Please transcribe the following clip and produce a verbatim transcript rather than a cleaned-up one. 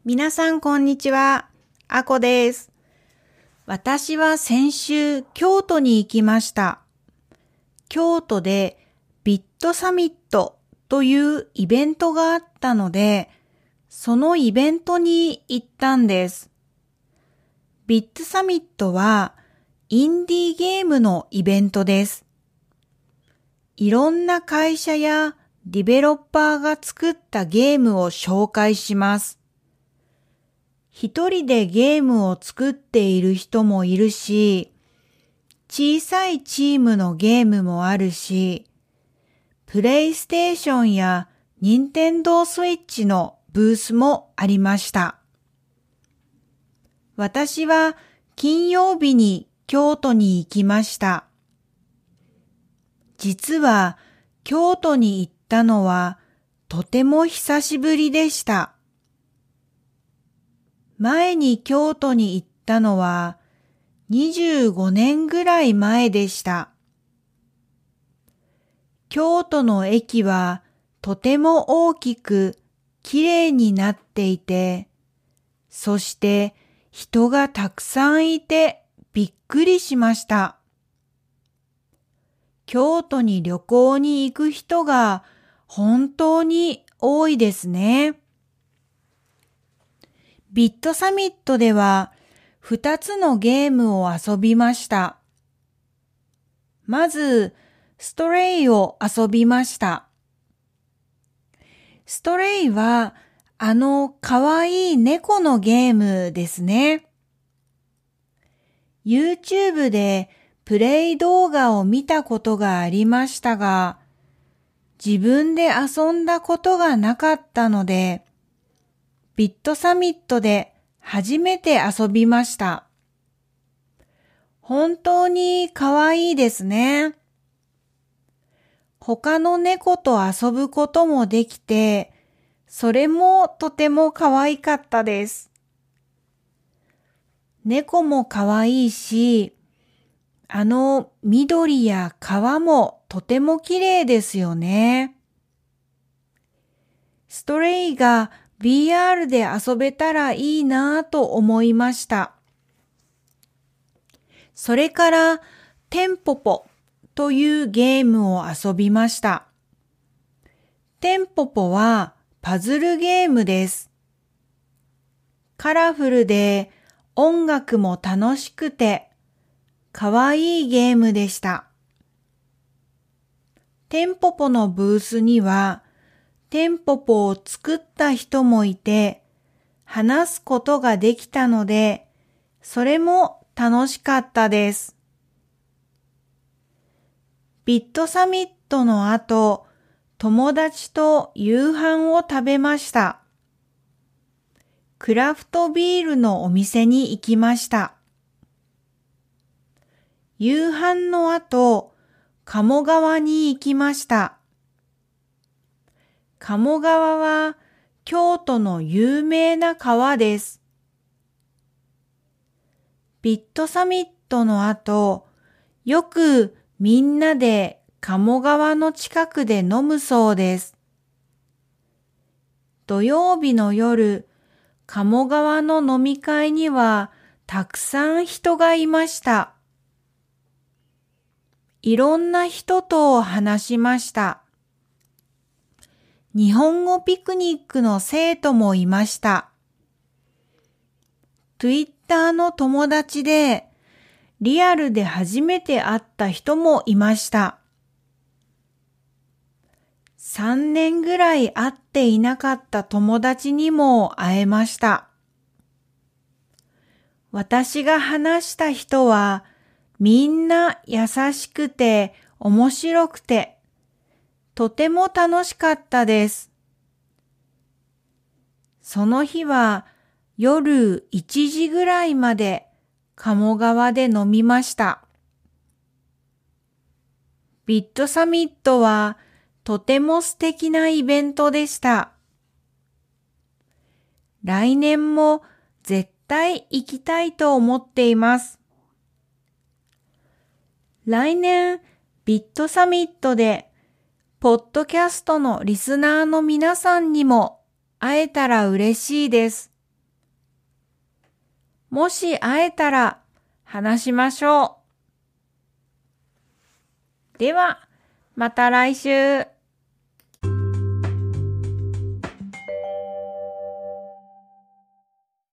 皆さんこんにちは。あこです。私は先週京都に行きました。京都でビットサミットというイベントがあったので、そのイベントに行ったんです。ビットサミットはインディーゲームのイベントです。いろんな会社やディベロッパーが作ったゲームを紹介します。一人でゲームを作っている人もいるし、小さいチームのゲームもあるし、プレイステーションやニンテンドースイッチのブースもありました。私は金曜日に京都に行きました。実は京都に行ったのはとても久しぶりでした。前に京都に行ったのはにじゅうごねんぐらい前でした。京都の駅はとても大きくきれいになっていて、そして人がたくさんいてびっくりしました。京都に旅行に行く人が本当に多いですね。ビットサミットではふたつのゲームを遊びました。まず、ストレイを遊びました。ストレイはあのかわいい猫のゲームですね。YouTube でプレイ動画を見たことがありましたが、自分で遊んだことがなかったので、ビットサミットで初めて遊びました。本当にかわいいですね。他の猫と遊ぶこともできて、それもとてもかわいかったです。猫もかわいいし、あの緑や川もとてもきれいですよね。ストレイが ブイアール で遊べたらいいなぁと思いました。それからテンポポというゲームを遊びました。テンポポはパズルゲームです。カラフルで音楽も楽しくてかわいいゲームでした。テンポポのブースにはテンポポを作った人もいて話すことができたので、それも楽しかったです。ビットサミットの後、友達と夕飯を食べました。クラフトビールのお店に行きました。夕飯の後、鴨川に行きました。鴨川は京都の有名な川です。ビットサミットの後、よくみんなで鴨川の近くで飲むそうです。土曜日の夜、鴨川の飲み会にはたくさん人がいました。いろんな人と話しました。日本語ピクニックの生徒もいました。Twitter の友達でリアルで初めて会った人もいました。さんねんぐらい会っていなかった友達にも会えました。私が話した人はみんな優しくて面白くてとても楽しかったです。その日は夜いちじぐらいまで鴨川で飲みました。ビットサミットはとても素敵なイベントでした。来年も絶対行きたいと思っています。来年ビットサミットでポッドキャストのリスナーの皆さんにも会えたら嬉しいです。 もし会えたら話しましょう。では、また来週。